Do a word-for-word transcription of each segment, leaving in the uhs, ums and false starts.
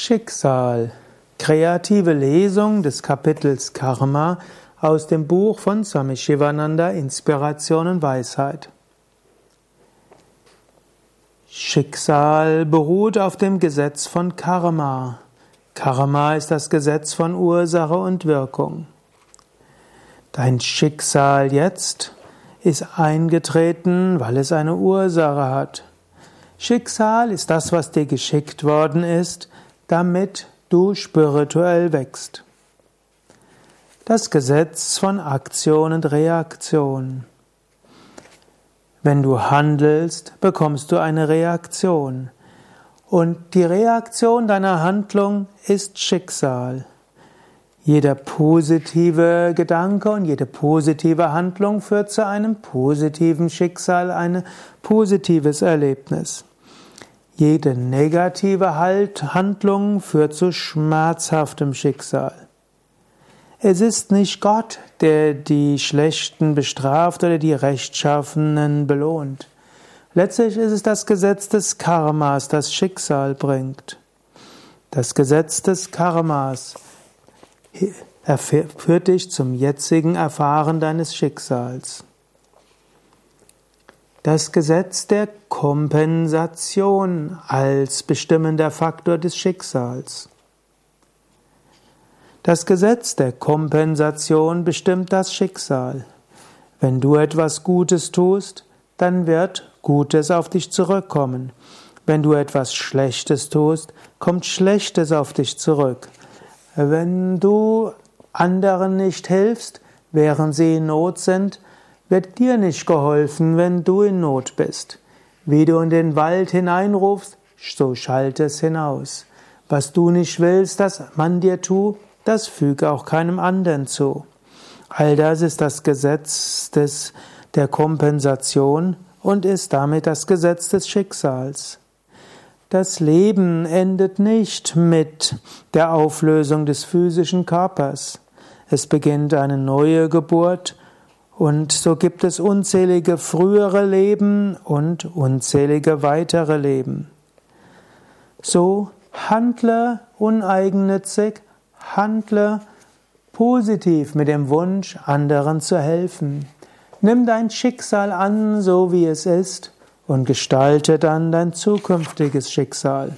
Schicksal. Kreative Lesung des Kapitels Karma aus dem Buch von Swami Shivananda, Inspiration und Weisheit. Schicksal beruht auf dem Gesetz von Karma. Karma ist das Gesetz von Ursache und Wirkung. Dein Schicksal jetzt ist eingetreten, weil es eine Ursache hat. Schicksal ist das, was dir geschickt worden ist, damit du spirituell wächst. Das Gesetz von Aktion und Reaktion. Wenn du handelst, bekommst du eine Reaktion. Und die Reaktion deiner Handlung ist Schicksal. Jeder positive Gedanke und jede positive Handlung führt zu einem positiven Schicksal, ein positives Erlebnis. Jede negative Handlung führt zu schmerzhaftem Schicksal. Es ist nicht Gott, der die Schlechten bestraft oder die Rechtschaffenen belohnt. Letztlich ist es das Gesetz des Karmas, das Schicksal bringt. Das Gesetz des Karmas führt dich zum jetzigen Erfahren deines Schicksals. Das Gesetz der Kompensation als bestimmender Faktor des Schicksals. Das Gesetz der Kompensation bestimmt das Schicksal. Wenn du etwas Gutes tust, dann wird Gutes auf dich zurückkommen. Wenn du etwas Schlechtes tust, kommt Schlechtes auf dich zurück. Wenn du anderen nicht hilfst, während sie in Not sind, wird dir nicht geholfen, wenn du in Not bist. Wie du in den Wald hineinrufst, so schallt es hinaus. Was du nicht willst, dass man dir tut, das füge auch keinem anderen zu. All das ist das Gesetz des, der Kompensation und ist damit das Gesetz des Schicksals. Das Leben endet nicht mit der Auflösung des physischen Körpers. Es beginnt eine neue Geburt und so gibt es unzählige frühere Leben und unzählige weitere Leben. So handle uneigennützig, handle positiv mit dem Wunsch, anderen zu helfen. Nimm dein Schicksal an, so wie es ist, und gestalte dann dein zukünftiges Schicksal.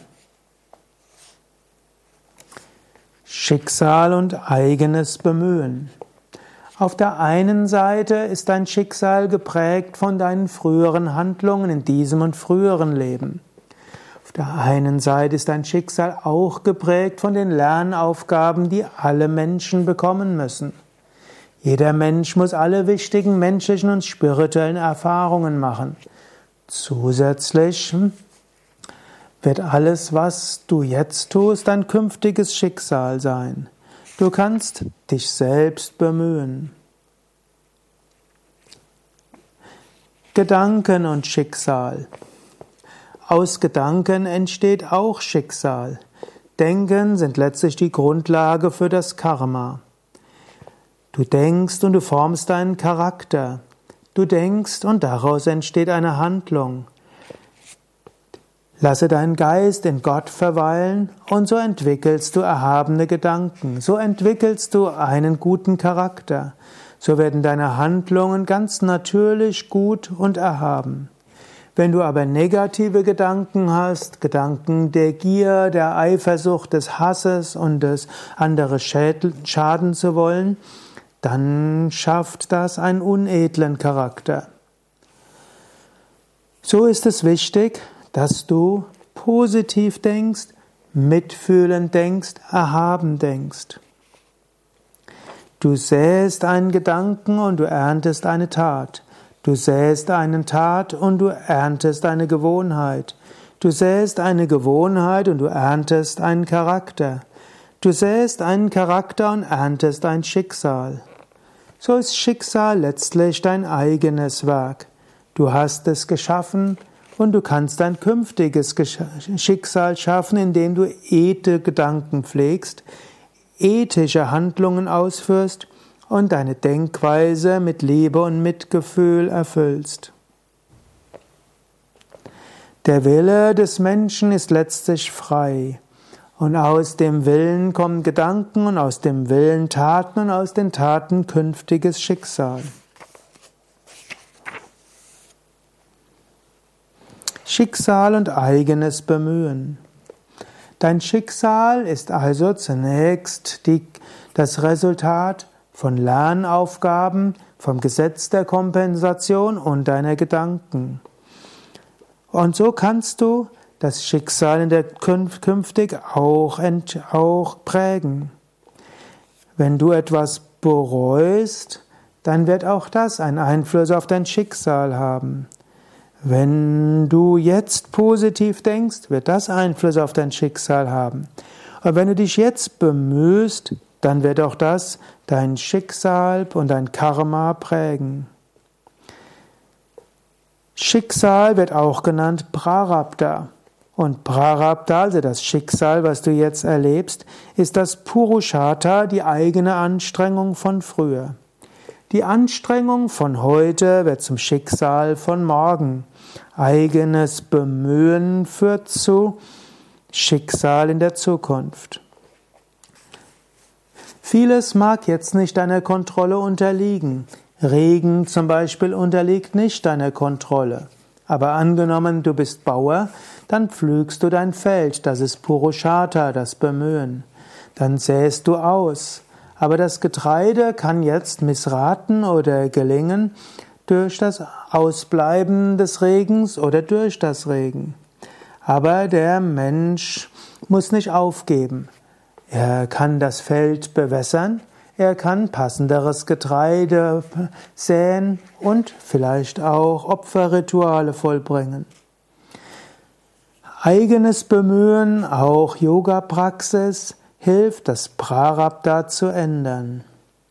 Schicksal und eigenes Bemühen. Auf der einen Seite ist dein Schicksal geprägt von deinen früheren Handlungen in diesem und früheren Leben. Auf der einen Seite ist dein Schicksal auch geprägt von den Lernaufgaben, die alle Menschen bekommen müssen. Jeder Mensch muss alle wichtigen menschlichen und spirituellen Erfahrungen machen. Zusätzlich wird alles, was du jetzt tust, dein künftiges Schicksal sein. Du kannst dich selbst bemühen. Gedanken und Schicksal. Aus Gedanken entsteht auch Schicksal. Denken sind letztlich die Grundlage für das Karma. Du denkst und du formst deinen Charakter. Du denkst und daraus entsteht eine Handlung. Lasse deinen Geist in Gott verweilen und so entwickelst du erhabene Gedanken. So entwickelst du einen guten Charakter. So werden deine Handlungen ganz natürlich gut und erhaben. Wenn du aber negative Gedanken hast, Gedanken der Gier, der Eifersucht, des Hasses und des andere schaden zu wollen, dann schafft das einen unedlen Charakter. So ist es wichtig, dass du positiv denkst, mitfühlend denkst, erhaben denkst. Du säst einen Gedanken und du erntest eine Tat. Du säst eine Tat und du erntest eine Gewohnheit. Du säst eine Gewohnheit und du erntest einen Charakter. Du säst einen Charakter und erntest ein Schicksal. So ist Schicksal letztlich dein eigenes Werk. Du hast es geschaffen und du kannst dein künftiges Schicksal schaffen, indem du ethische Gedanken pflegst, ethische Handlungen ausführst und deine Denkweise mit Liebe und Mitgefühl erfüllst. Der Wille des Menschen ist letztlich frei. Und aus dem Willen kommen Gedanken und aus dem Willen Taten und aus den Taten künftiges Schicksal. Schicksal und eigenes Bemühen. Dein Schicksal ist also zunächst die, das Resultat von Lernaufgaben, vom Gesetz der Kompensation und deiner Gedanken. Und so kannst du das Schicksal in der künftig auch, auch prägen. Wenn du etwas bereust, dann wird auch das einen Einfluss auf dein Schicksal haben. Wenn du jetzt positiv denkst, wird das Einfluss auf dein Schicksal haben. Und wenn du dich jetzt bemühst, dann wird auch das dein Schicksal und dein Karma prägen. Schicksal wird auch genannt Prarabdha. Und Prarabdha, also das Schicksal, was du jetzt erlebst, ist das Purushartha, die eigene Anstrengung von früher. Die Anstrengung von heute wird zum Schicksal von morgen. Eigenes Bemühen führt zu Schicksal in der Zukunft. Vieles mag jetzt nicht deiner Kontrolle unterliegen. Regen zum Beispiel unterliegt nicht deiner Kontrolle. Aber angenommen, du bist Bauer, dann pflügst du dein Feld, das ist Purushartha, das Bemühen. Dann säst du aus. Aber das Getreide kann jetzt missraten oder gelingen durch das Ausbleiben des Regens oder durch das Regen. Aber der Mensch muss nicht aufgeben. Er kann das Feld bewässern, er kann passenderes Getreide säen und vielleicht auch Opferrituale vollbringen. Eigenes Bemühen, auch Yoga-Praxis, hilft, das Prarabdha zu ändern.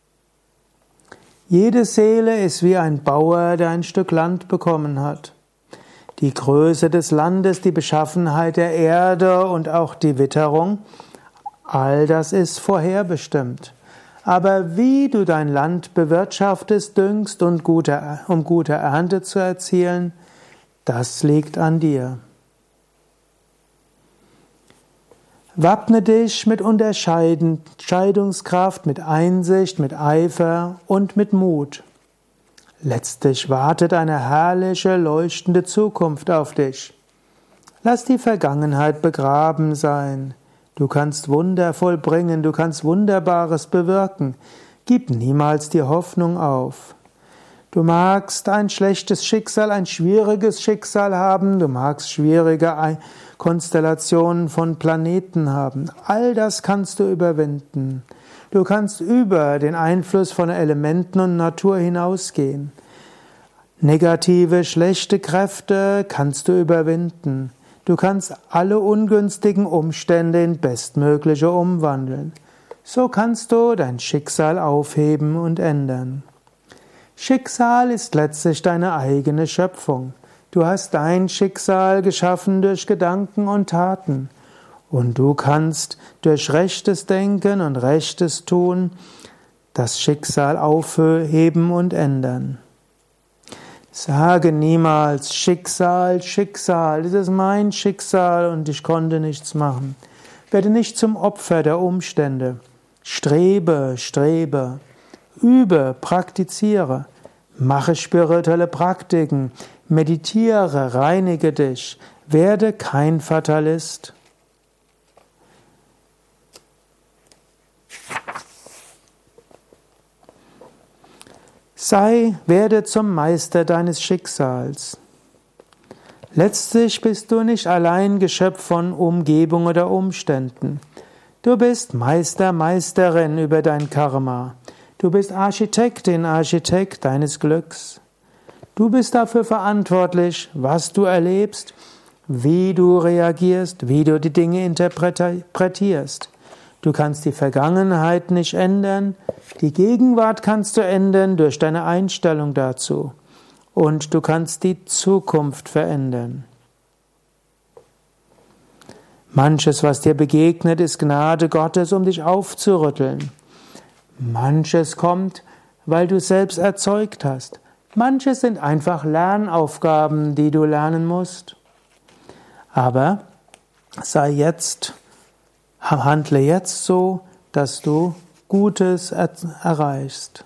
Jede Seele ist wie ein Bauer, der ein Stück Land bekommen hat. Die Größe des Landes, die Beschaffenheit der Erde und auch die Witterung, all das ist vorherbestimmt. Aber wie du dein Land bewirtschaftest, düngst und gute, um gute Ernte zu erzielen, das liegt an dir. Wappne dich mit Unterscheidungskraft, mit Einsicht, mit Eifer und mit Mut. Letztlich wartet eine herrliche, leuchtende Zukunft auf dich. Lass die Vergangenheit begraben sein. Du kannst Wunder vollbringen, du kannst Wunderbares bewirken. Gib niemals die Hoffnung auf. Du magst ein schlechtes Schicksal, ein schwieriges Schicksal haben, du magst schwierige Konstellationen von Planeten haben. All das kannst du überwinden. Du kannst über den Einfluss von Elementen und Natur hinausgehen. Negative, schlechte Kräfte kannst du überwinden. Du kannst alle ungünstigen Umstände in bestmögliche umwandeln. So kannst du dein Schicksal aufheben und ändern. Schicksal ist letztlich deine eigene Schöpfung. Du hast dein Schicksal geschaffen durch Gedanken und Taten. Und du kannst durch rechtes Denken und rechtes Tun das Schicksal aufheben und ändern. Sage niemals Schicksal, Schicksal, das ist mein Schicksal und ich konnte nichts machen. Werde nicht zum Opfer der Umstände. Strebe, strebe. Übe, praktiziere. Mache spirituelle Praktiken. Meditiere, reinige dich. Werde kein Fatalist. Sei, werde zum Meister deines Schicksals. Letztlich bist du nicht allein Geschöpf von Umgebung oder Umständen. Du bist Meister, Meisterin über dein Karma. Du bist Architektin, Architekt deines Glücks. Du bist dafür verantwortlich, was du erlebst, wie du reagierst, wie du die Dinge interpretierst. Du kannst die Vergangenheit nicht ändern, die Gegenwart kannst du ändern durch deine Einstellung dazu. Und du kannst die Zukunft verändern. Manches, was dir begegnet, ist Gnade Gottes, um dich aufzurütteln. Manches kommt, weil du es selbst erzeugt hast. Manches sind einfach Lernaufgaben, die du lernen musst. Aber sei jetzt Handle jetzt so, dass du Gutes er erreichst.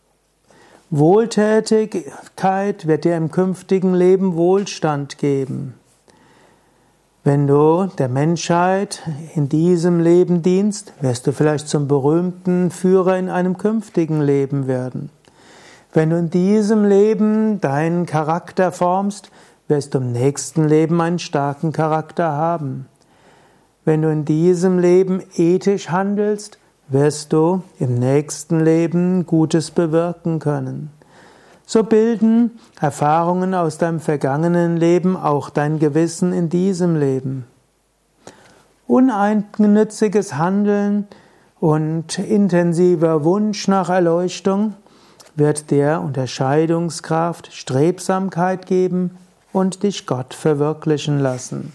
Wohltätigkeit wird dir im künftigen Leben Wohlstand geben. Wenn du der Menschheit in diesem Leben dienst, wirst du vielleicht zum berühmten Führer in einem künftigen Leben werden. Wenn du in diesem Leben deinen Charakter formst, wirst du im nächsten Leben einen starken Charakter haben. Wenn du in diesem Leben ethisch handelst, wirst du im nächsten Leben Gutes bewirken können. So bilden Erfahrungen aus deinem vergangenen Leben auch dein Gewissen in diesem Leben. Uneigennütziges Handeln und intensiver Wunsch nach Erleuchtung wird dir Unterscheidungskraft, Strebsamkeit geben und dich Gott verwirklichen lassen.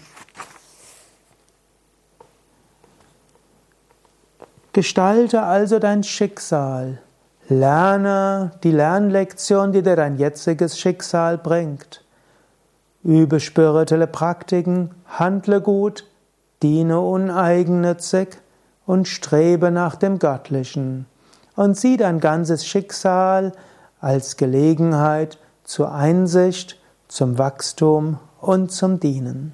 Gestalte also dein Schicksal. Lerne die Lernlektion, die dir dein jetziges Schicksal bringt. Übe spirituelle Praktiken, handle gut, diene uneigennützig und strebe nach dem Göttlichen. Und sieh dein ganzes Schicksal als Gelegenheit zur Einsicht, zum Wachstum und zum Dienen.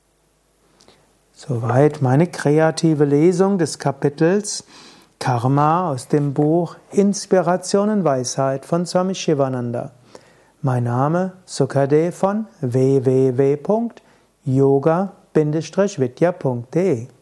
Soweit meine kreative Lesung des Kapitels Karma aus dem Buch Inspiration und Weisheit von Swami Shivananda. Mein Name Sukadev von w w w punkt yoga Bindestrich vidya punkt de